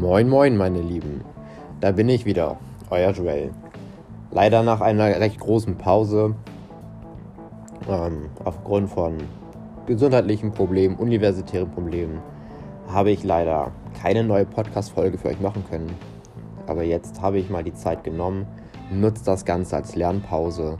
Moin moin meine Lieben, da bin ich wieder, euer Joel. Leider nach einer recht großen Pause, aufgrund von gesundheitlichen Problemen, universitären Problemen, habe ich leider keine neue Podcast-Folge für euch machen können. Aber jetzt habe ich mal die Zeit genommen, nutze das Ganze als Lernpause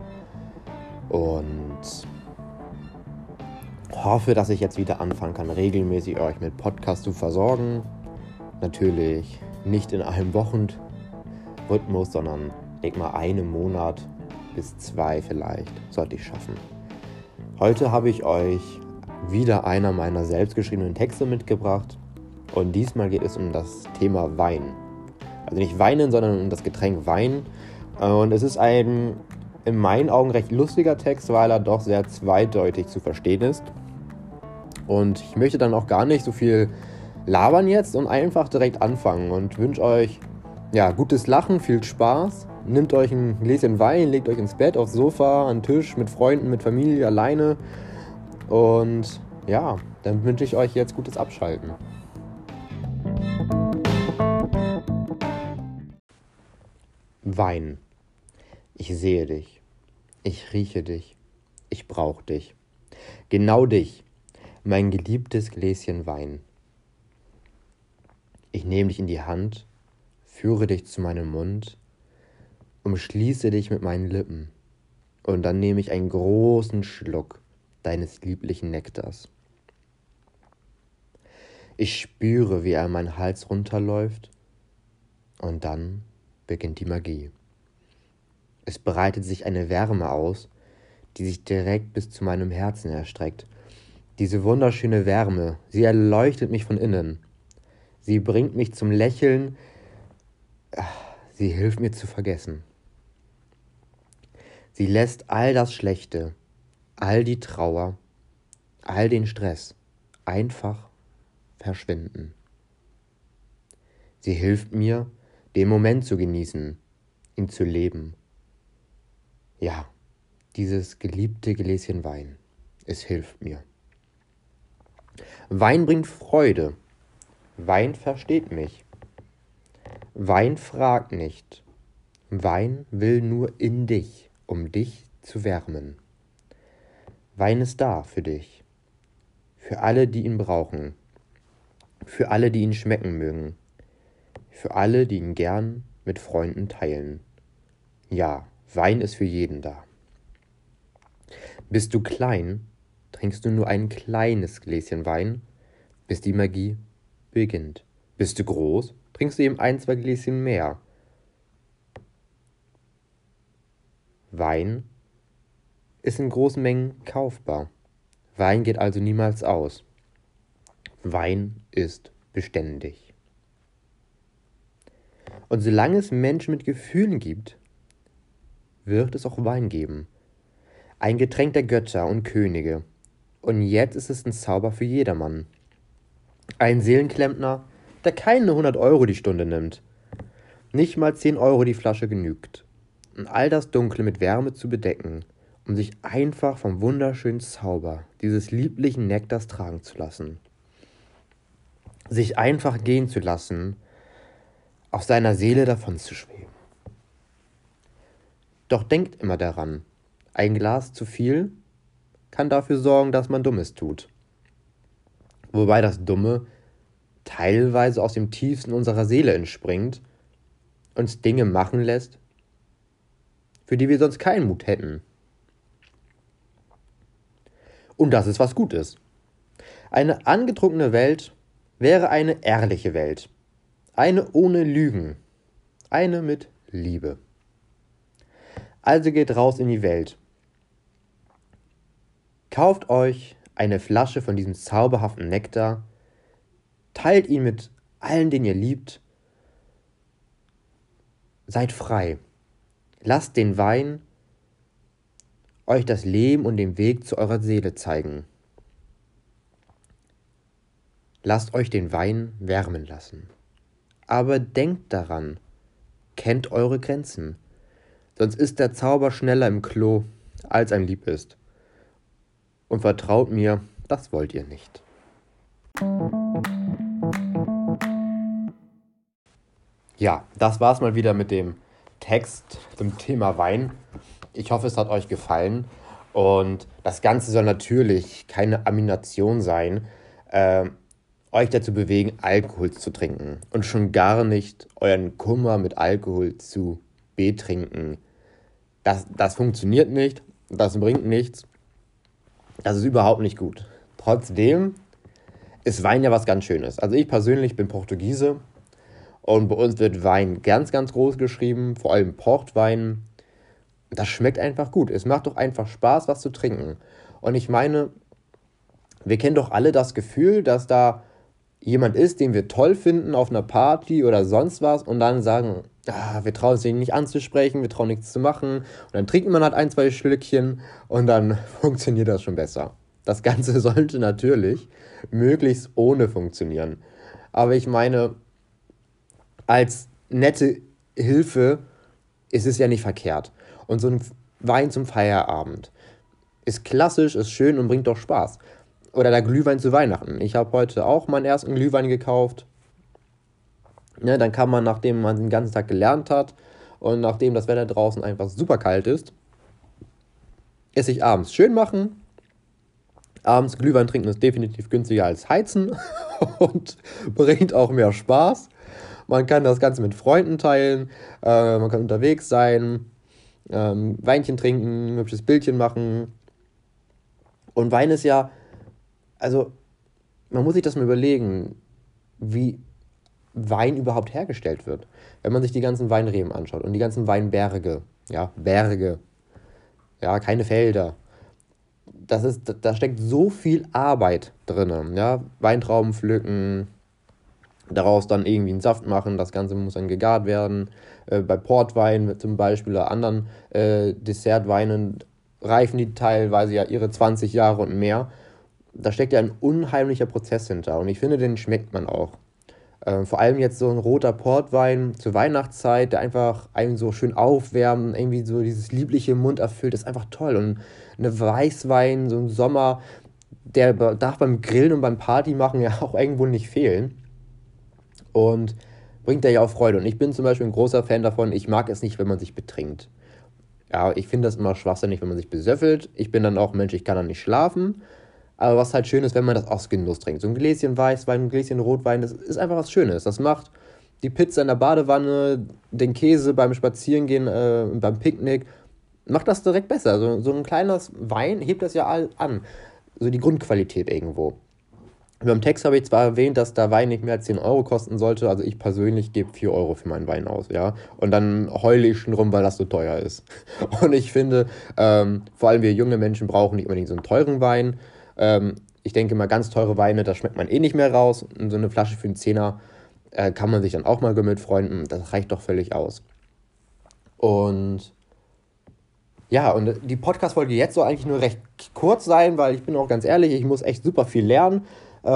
und hoffe, dass ich jetzt wieder anfangen kann, regelmäßig euch mit Podcasts zu versorgen. Natürlich nicht in einem Wochenrhythmus, sondern ich denke mal einen Monat bis 2 vielleicht sollte ich schaffen. Heute habe ich euch wieder einer meiner selbstgeschriebenen Texte mitgebracht und diesmal geht es um das Thema Wein. Also nicht weinen, sondern um das Getränk Wein. Und es ist ein in meinen Augen recht lustiger Text, weil er doch sehr zweideutig zu verstehen ist. Und ich möchte dann auch gar nicht so viel labern jetzt und einfach direkt anfangen und wünsche euch gutes Lachen, viel Spaß. Nehmt euch ein Gläschen Wein, legt euch ins Bett, aufs Sofa, an den Tisch, mit Freunden, mit Familie, alleine. Und dann wünsche ich euch jetzt gutes Abschalten. Wein. Ich sehe dich. Ich rieche dich. Ich brauche dich. Genau dich. Mein geliebtes Gläschen Wein. Ich nehme dich in die Hand, führe dich zu meinem Mund, umschließe dich mit meinen Lippen und dann nehme ich einen großen Schluck deines lieblichen Nektars. Ich spüre, wie er an meinen Hals runterläuft und dann beginnt die Magie. Es breitet sich eine Wärme aus, die sich direkt bis zu meinem Herzen erstreckt. Diese wunderschöne Wärme, sie erleuchtet mich von innen. Sie bringt mich zum Lächeln. Sie hilft mir zu vergessen. Sie lässt all das Schlechte, all die Trauer, all den Stress einfach verschwinden. Sie hilft mir, den Moment zu genießen, ihn zu leben. Ja, dieses geliebte Gläschen Wein, es hilft mir. Wein bringt Freude. Wein versteht mich. Wein fragt nicht. Wein will nur in dich, um dich zu wärmen. Wein ist da für dich. Für alle, die ihn brauchen. Für alle, die ihn schmecken mögen. Für alle, die ihn gern mit Freunden teilen. Ja, Wein ist für jeden da. Bist du klein, trinkst du nur ein kleines Gläschen Wein, bis die Magie beginnt. Bist du groß, trinkst du eben 1-2 Gläschen mehr. Wein ist in großen Mengen kaufbar. Wein geht also niemals aus. Wein ist beständig. Und solange es Menschen mit Gefühlen gibt, wird es auch Wein geben. Ein Getränk der Götter und Könige. Und jetzt ist es ein Zauber für jedermann. Ein Seelenklempner, der keine 100 Euro die Stunde nimmt. Nicht mal 10 Euro die Flasche genügt. Und all das Dunkle mit Wärme zu bedecken, um sich einfach vom wunderschönen Zauber dieses lieblichen Nektars tragen zu lassen. Sich einfach gehen zu lassen, auf seiner Seele davon zu schweben. Doch denkt immer daran, ein Glas zu viel kann dafür sorgen, dass man Dummes tut. Wobei das Dumme teilweise aus dem Tiefsten unserer Seele entspringt, uns Dinge machen lässt, für die wir sonst keinen Mut hätten. Und das ist was Gutes. Eine angetrunkene Welt wäre eine ehrliche Welt. Eine ohne Lügen. Eine mit Liebe. Also geht raus in die Welt. Kauft euch eine Flasche von diesem zauberhaften Nektar, teilt ihn mit allen, den ihr liebt. Seid frei. Lasst den Wein euch das Leben und den Weg zu eurer Seele zeigen. Lasst euch den Wein wärmen lassen. Aber denkt daran, kennt eure Grenzen. Sonst ist der Zauber schneller im Klo, als einem lieb ist. Und vertraut mir, das wollt ihr nicht. Ja, das war's mal wieder mit dem Text zum Thema Wein. Ich hoffe, es hat euch gefallen. Und das Ganze soll natürlich keine Amination sein, äh, euch dazu bewegen, Alkohol zu trinken. Und schon gar nicht euren Kummer mit Alkohol zu betrinken. Das funktioniert nicht, das bringt nichts, das ist überhaupt nicht gut. Trotzdem ist Wein ja was ganz Schönes. Also ich persönlich bin Portugiese und bei uns wird Wein ganz, ganz groß geschrieben, vor allem Portwein. Das schmeckt einfach gut. Es macht doch einfach Spaß, was zu trinken. Und ich meine, wir kennen doch alle das Gefühl, dass da jemand ist, den wir toll finden auf einer Party oder sonst was und dann sagen, wir trauen es ihn nicht anzusprechen, wir trauen nichts zu machen. Und dann trinkt man halt ein, zwei Schlückchen und dann funktioniert das schon besser. Das Ganze sollte natürlich möglichst ohne funktionieren. Aber ich meine, als nette Hilfe ist es ja nicht verkehrt. Und so ein Wein zum Feierabend ist klassisch, ist schön und bringt doch Spaß. Oder der Glühwein zu Weihnachten. Ich habe heute auch meinen ersten Glühwein gekauft. Ne, dann kann man, nachdem man den ganzen Tag gelernt hat und nachdem das Wetter draußen einfach super kalt ist, es sich abends schön machen. Abends Glühwein trinken ist definitiv günstiger als heizen und bringt auch mehr Spaß. Man kann das Ganze mit Freunden teilen, man kann unterwegs sein, Weinchen trinken, ein hübsches Bildchen machen. Und Wein ist ja, also man muss sich das mal überlegen, wie Wein überhaupt hergestellt wird. Wenn man sich die ganzen Weinreben anschaut und die ganzen Weinberge, ja, Berge, ja, keine Felder. Da steckt so viel Arbeit drin, ja, Weintrauben pflücken, daraus dann irgendwie einen Saft machen, das Ganze muss dann gegart werden. Bei Portwein zum Beispiel oder anderen Dessertweinen reifen die teilweise ja ihre 20 Jahre und mehr. Da steckt ja ein unheimlicher Prozess hinter und ich finde, den schmeckt man auch. Vor allem jetzt so ein roter Portwein zur Weihnachtszeit, der einfach einen so schön aufwärmt, irgendwie so dieses liebliche im Mund erfüllt, ist einfach toll. Und eine Weißwein, so im Sommer, der darf beim Grillen und beim Party machen ja auch irgendwo nicht fehlen. Und bringt da ja auch Freude. Und ich bin zum Beispiel ein großer Fan davon, ich mag es nicht, wenn man sich betrinkt. Ja, ich finde das immer schwachsinnig, wenn man sich besöffelt. Ich bin dann auch ein Mensch, ich kann dann nicht schlafen. Aber was halt schön ist, wenn man das aus Genuss trinkt. So ein Gläschen Weißwein, ein Gläschen Rotwein, das ist einfach was Schönes. Das macht die Pizza in der Badewanne, den Käse beim Spazierengehen, beim Picknick, macht das direkt besser. So ein kleines Wein hebt das ja all an. So die Grundqualität irgendwo. Beim Text habe ich zwar erwähnt, dass der Wein nicht mehr als 10 Euro kosten sollte, also ich persönlich gebe 4 Euro für meinen Wein aus, ja. Und dann heule ich schon rum, weil das so teuer ist. Und ich finde, vor allem wir junge Menschen brauchen nicht unbedingt so einen teuren Wein. Ich denke mal, ganz teure Weine, da schmeckt man eh nicht mehr raus. Und so eine Flasche für einen Zehner kann man sich dann auch mal gönnen mit Freunden. Das reicht doch völlig aus. Und ja, und die Podcast-Folge jetzt soll eigentlich nur recht kurz sein, weil ich bin auch ganz ehrlich, ich muss echt super viel lernen.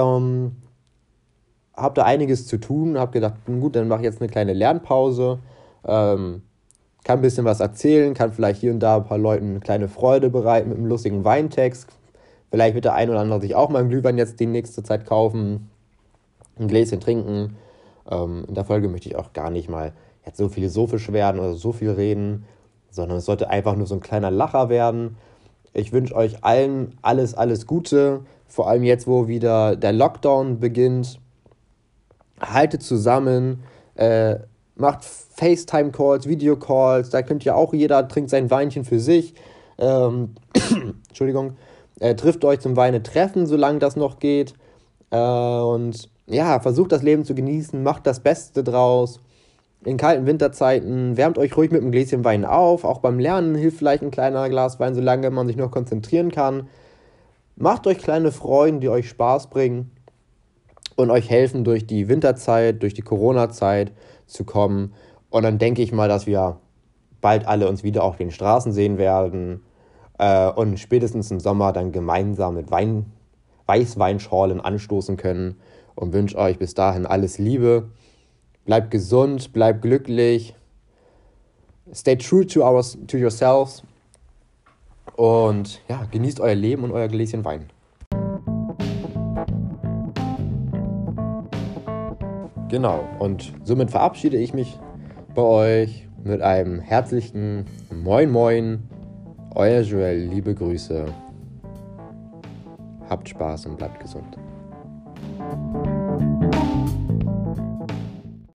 Habe da einiges zu tun, habe gedacht, gut, dann mache ich jetzt eine kleine Lernpause, kann ein bisschen was erzählen, kann vielleicht hier und da ein paar Leuten eine kleine Freude bereiten mit einem lustigen Weintext. Vielleicht wird der ein oder andere sich auch mal einen Glühwein jetzt die nächste Zeit kaufen, ein Gläschen trinken. In der Folge möchte ich auch gar nicht mal jetzt so philosophisch werden oder so viel reden, sondern es sollte einfach nur so ein kleiner Lacher werden. Ich wünsche euch allen alles, alles Gute, vor allem jetzt, wo wieder der Lockdown beginnt. Haltet zusammen, macht FaceTime-Calls, Videocalls, da könnt ihr auch, jeder trinkt sein Weinchen für sich. Entschuldigung. Trifft euch zum Weine treffen, solange das noch geht. Und ja, versucht das Leben zu genießen, macht das Beste draus. In kalten Winterzeiten wärmt euch ruhig mit einem Gläschen Wein auf. Auch beim Lernen hilft vielleicht ein kleiner Glas Wein, solange man sich noch konzentrieren kann. Macht euch kleine Freuden, die euch Spaß bringen und euch helfen, durch die Winterzeit, durch die Corona-Zeit zu kommen. Und dann denke ich mal, dass wir bald alle uns wieder auf den Straßen sehen werden und spätestens im Sommer dann gemeinsam mit Weißweinschorlen anstoßen können und wünsche euch bis dahin alles Liebe. Bleibt gesund, bleibt glücklich, stay true to yourselves und ja, genießt euer Leben und euer Gläschen Wein. Genau, und somit verabschiede ich mich bei euch mit einem herzlichen Moin Moin. Euer Joel, liebe Grüße. Habt Spaß und bleibt gesund.